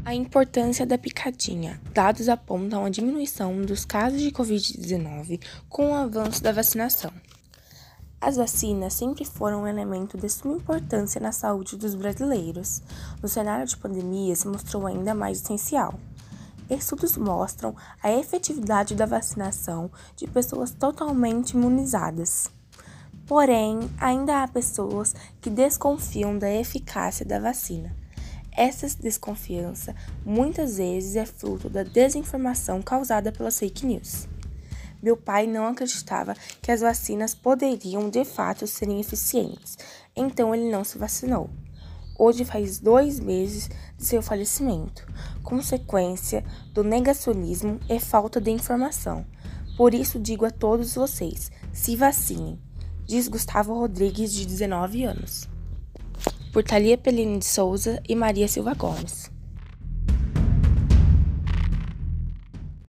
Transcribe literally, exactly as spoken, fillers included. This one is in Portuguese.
A importância da picadinha. Dados apontam a diminuição dos casos de covid dezenove com o avanço da vacinação. As vacinas sempre foram um elemento de suma importância na saúde dos brasileiros. No cenário de pandemia, se mostrou ainda mais essencial. Estudos mostram a efetividade da vacinação de pessoas totalmente imunizadas. Porém, ainda há pessoas que desconfiam da eficácia da vacina. Essa desconfiança muitas vezes é fruto da desinformação causada pelas fake news. Meu pai não acreditava que as vacinas poderiam de fato serem eficientes, então ele não se vacinou. Hoje faz dois meses de seu falecimento, consequência do negacionismo e falta de informação. Por isso digo a todos vocês, se vacinem, diz Gustavo Rodrigues, de dezenove anos. Por Thalia Pellini de Souza e Maria Silva Gomes.